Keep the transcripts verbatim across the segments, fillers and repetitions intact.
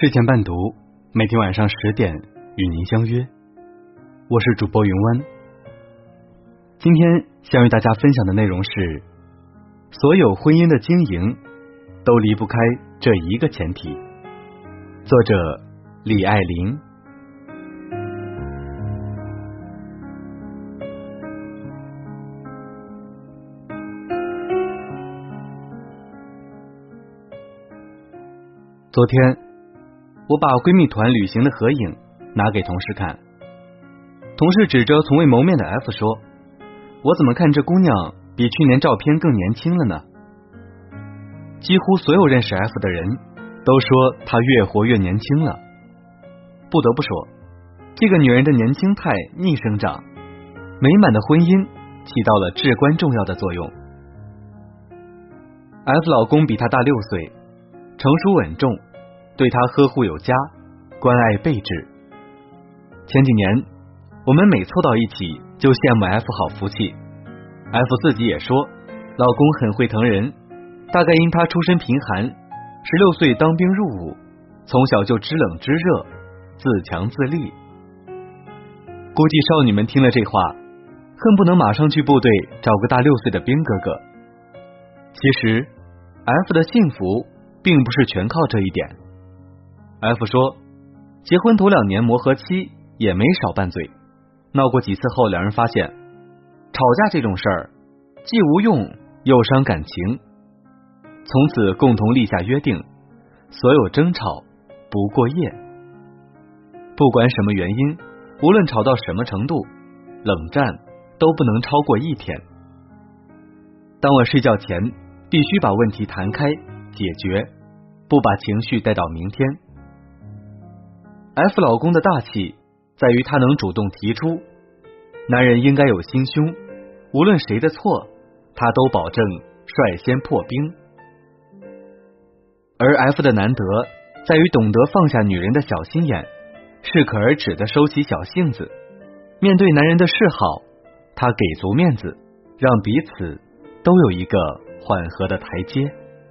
睡前伴读，每天晚上十点与您相约，我是主播云湾。今天想与大家分享的内容是，所有婚姻的经营都离不开这一个前提。作者李爱玲。昨天我把闺蜜团旅行的合影拿给同事看，同事指着从未谋面的 F 说，我怎么看这姑娘比去年照片更年轻了呢？几乎所有认识 F 的人都说她越活越年轻了。不得不说，这个女人的年轻态逆生长，美满的婚姻起到了至关重要的作用。 F 老公比她大六岁，成熟稳重，对她呵护有加，关爱备至。前几年我们每凑到一起就羡慕 F 好福气， F 自己也说老公很会疼人，大概因他出身贫寒，十六岁当兵入伍，从小就知冷知热，自强自立。估计少女们听了这话，恨不能马上去部队找个大六岁的兵哥哥。其实 F 的幸福并不是全靠这一点。 F 说结婚头两年磨合期也没少拌嘴，闹过几次后，两人发现吵架这种事儿既无用又伤感情，从此共同立下约定，所有争吵不过夜。不管什么原因，无论吵到什么程度，冷战都不能超过一天。当晚睡觉前必须把问题谈开解决，不把情绪带到明天。 F 老公的大气在于他能主动提出，男人应该有心胸，无论谁的错他都保证率先破冰。而 F 的难得在于懂得放下女人的小心眼，适可而止的收起小性子，面对男人的示好，他给足面子，让彼此都有一个缓和的台阶。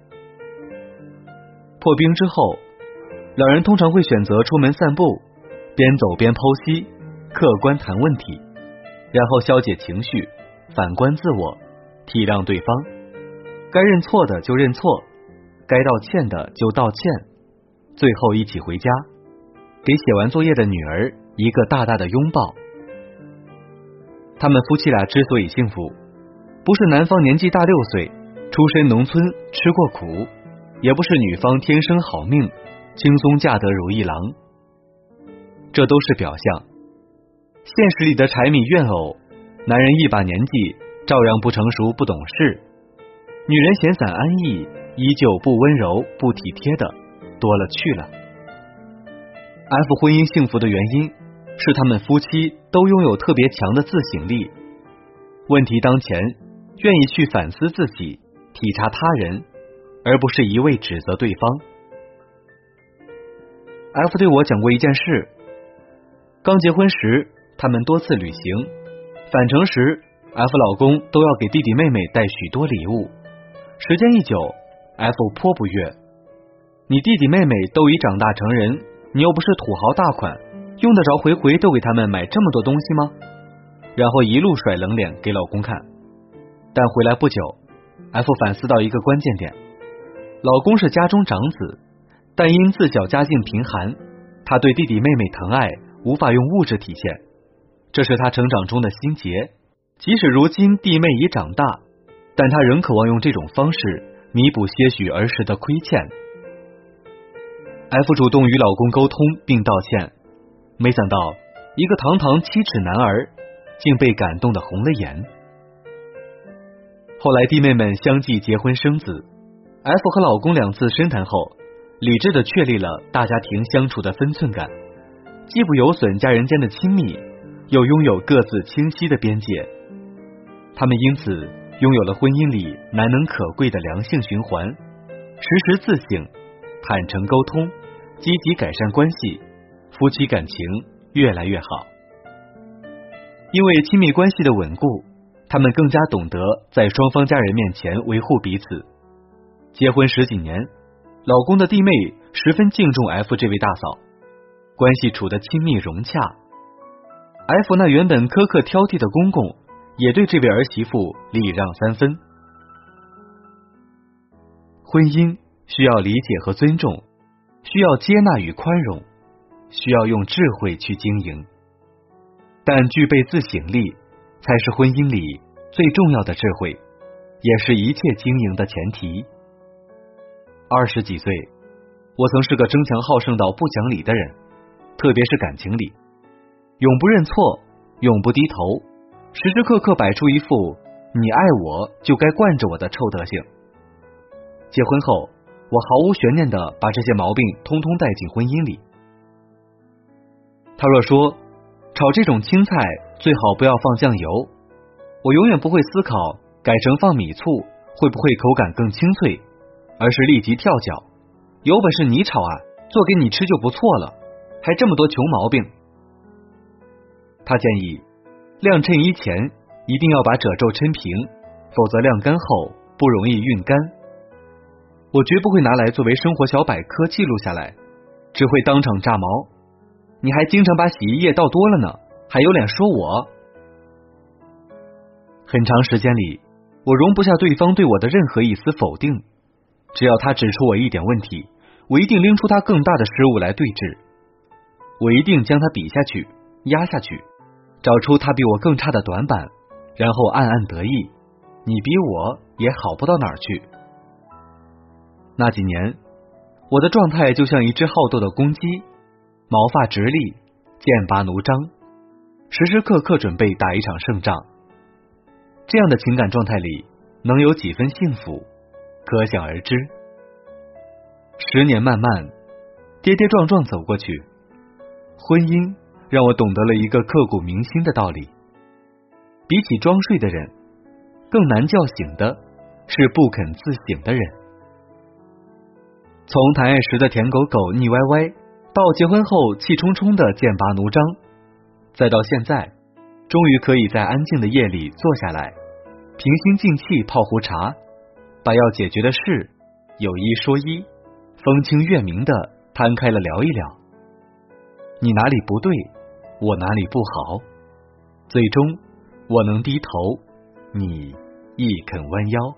破冰之后，两人通常会选择出门散步，边走边剖析，客观谈问题，然后消解情绪，反观自我，体谅对方，该认错的就认错，该道歉的就道歉，最后一起回家，给写完作业的女儿一个大大的拥抱。他们夫妻俩之所以幸福，不是男方年纪大六岁，出身农村，吃过苦，也不是女方天生好命，轻松嫁得如意郎，这都是表象。现实里的柴米怨偶，男人一把年纪照样不成熟不懂事，女人闲散安逸，依旧不温柔不体贴的多了去了。 F 婚姻幸福的原因是他们夫妻都拥有特别强的自省力，问题当前愿意去反思自己，体察他人，而不是一味指责对方。 F 对我讲过一件事，刚结婚时他们多次旅行，返程时 F 老公都要给弟弟妹妹带许多礼物，时间一久 F 颇不悦，你弟弟妹妹都已长大成人，你又不是土豪大款，用得着回回都给他们买这么多东西吗？然后一路甩冷脸给老公看。但回来不久 F 反思到一个关键点，老公是家中长子，但因自小家境贫寒，他对弟弟妹妹疼爱无法用物质体现，这是他成长中的心结。即使如今弟妹已长大，但他仍渴望用这种方式弥补些许儿时的亏欠。 F 主动与老公沟通并道歉，没想到一个堂堂七尺男儿竟被感动得红了眼。后来弟妹们相继结婚生子， F 和老公两次深谈后，理智地确立了大家庭相处的分寸感，既不有损家人间的亲密，又拥有各自清晰的边界。他们因此拥有了婚姻里难能可贵的良性循环，时时自省，坦诚沟通，积极改善关系，夫妻感情越来越好。因为亲密关系的稳固，他们更加懂得在双方家人面前维护彼此。结婚十几年， 老公的弟妹十分敬重 F 这位大嫂，关系处得亲密融洽。F 那原本苛刻挑剔的公公也对这位儿媳妇礼让三分。婚姻需要理解和尊重，需要接纳与宽容，需要用智慧去经营，但具备自省力才是婚姻里最重要的智慧，也是一切经营的前提。二十几岁，我曾是个争强好胜到不讲理的人，特别是感情里，永不认错，永不低头，时时刻刻摆出一副你爱我就该惯着我的臭德行。结婚后，我毫无悬念地把这些毛病通通带进婚姻里。他若说炒这种青菜最好不要放酱油，我永远不会思考改成放米醋会不会口感更清脆，而是立即跳脚，有本事你炒啊，做给你吃就不错了，还这么多穷毛病。他建议晾衬衣前一定要把褶皱抻平，否则晾干后不容易熨干。我绝不会拿来作为生活小百科记录下来，只会当场炸毛。你还经常把洗衣液倒多了呢，还有脸说我？很长时间里，我容不下对方对我的任何一丝否定，只要他指出我一点问题，我一定拎出他更大的失误来对峙，我一定将他比下去，压下去，找出他比我更差的短板，然后暗暗得意，你比我也好不到哪儿去。那几年，我的状态就像一只好斗的公鸡，毛发直立，剑拔弩张，时时刻刻准备打一场胜仗。这样的情感状态里，能有几分幸福，可想而知。十年漫漫，跌跌撞撞走过去，婚姻让我懂得了一个刻骨铭心的道理：比起装睡的人，更难叫醒的是不肯自省的人。从谈爱时的甜狗狗腻歪歪，到结婚后气冲冲的剑拔弩张，再到现在终于可以在安静的夜里坐下来，平心静气泡壶茶，把要解决的事有一说一，风清月明的摊开了聊一聊。你哪里不对，我哪里不好，最终我能低头，你亦肯弯腰。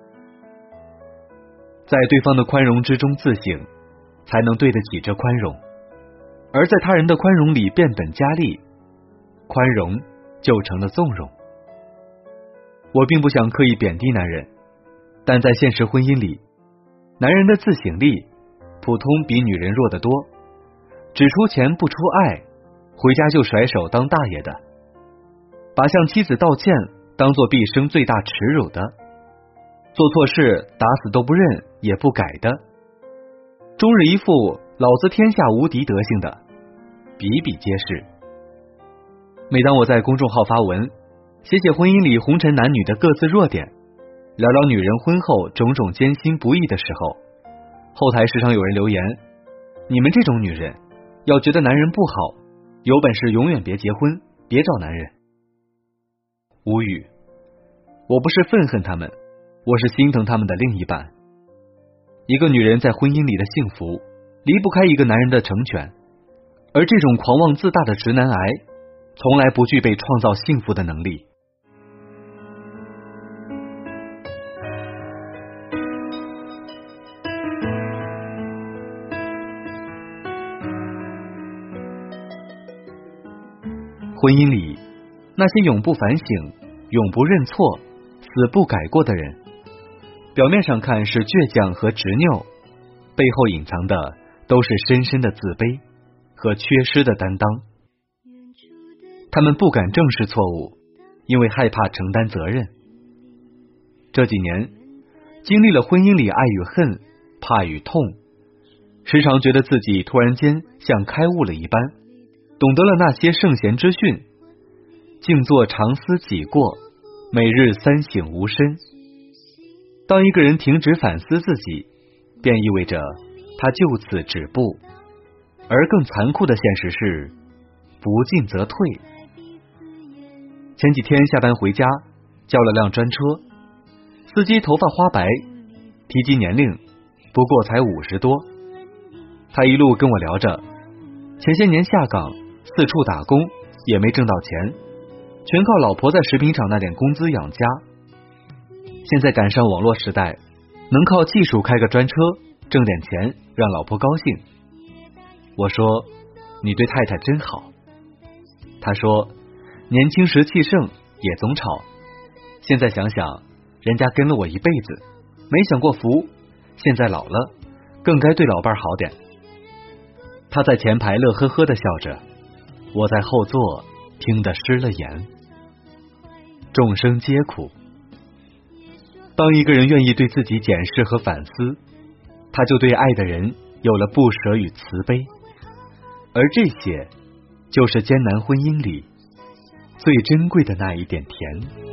在对方的宽容之中自省，才能对得起这宽容，而在他人的宽容里变本加厉，宽容就成了纵容。我并不想刻意贬低男人，但在现实婚姻里，男人的自省力普通比女人弱得多，只出钱不出爱，回家就甩手当大爷的，把向妻子道歉当作毕生最大耻辱的，做错事打死都不认也不改的，终日一副老子天下无敌德性的，比比皆是。每当我在公众号发文，写写婚姻里红尘男女的各自弱点，聊聊女人婚后种种艰辛不易的时候，后台时常有人留言：你们这种女人，要觉得男人不好，有本事永远别结婚，别找男人。无语，我不是愤恨他们，我是心疼他们的另一半。一个女人在婚姻里的幸福，离不开一个男人的成全，而这种狂妄自大的直男癌，从来不具备创造幸福的能力。婚姻里，那些永不反省、永不认错、死不改过的人，表面上看是倔强和执拗，背后隐藏的都是深深的自卑和缺失的担当。他们不敢正视错误，因为害怕承担责任。这几年，经历了婚姻里爱与恨、怕与痛，时常觉得自己突然间像开悟了一般，懂得了那些圣贤之训，静坐常思己过，每日三省吾身。当一个人停止反思自己，便意味着他就此止步，而更残酷的现实是不进则退。前几天下班回家，叫了辆专车，司机头发花白，提及年龄不过才五十多。他一路跟我聊着，前些年下岗四处打工也没挣到钱，全靠老婆在食品厂那点工资养家。现在赶上网络时代，能靠技术开个专车挣点钱，让老婆高兴。我说你对太太真好。他说年轻时气盛也总吵，现在想想人家跟了我一辈子，没享过福，现在老了更该对老伴好点。他在前排乐呵呵地笑着，我在后座听得湿了眼。众生皆苦，当一个人愿意对自己检视和反思，他就对爱的人有了不舍与慈悲，而这些就是艰难婚姻里最珍贵的那一点甜。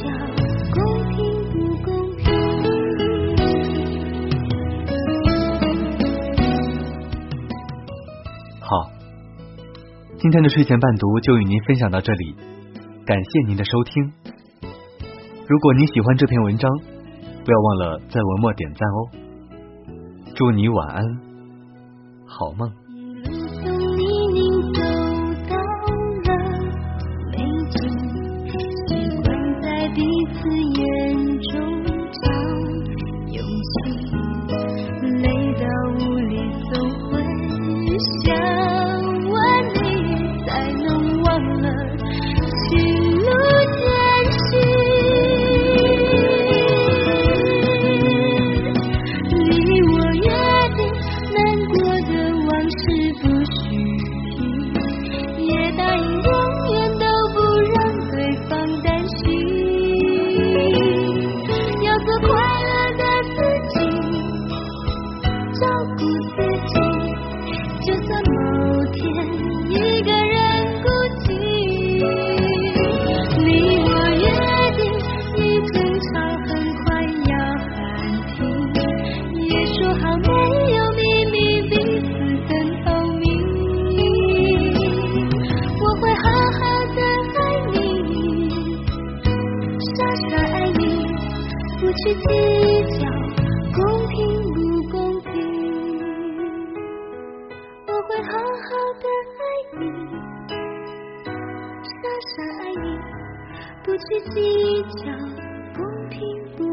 好，今天的睡前伴读就与您分享到这里，感谢您的收听。如果你喜欢这篇文章，不要忘了在文末点赞哦。祝你晚安，好梦。 不去计较公平不公平，我会好好的爱你，傻傻爱你，不去计较公平不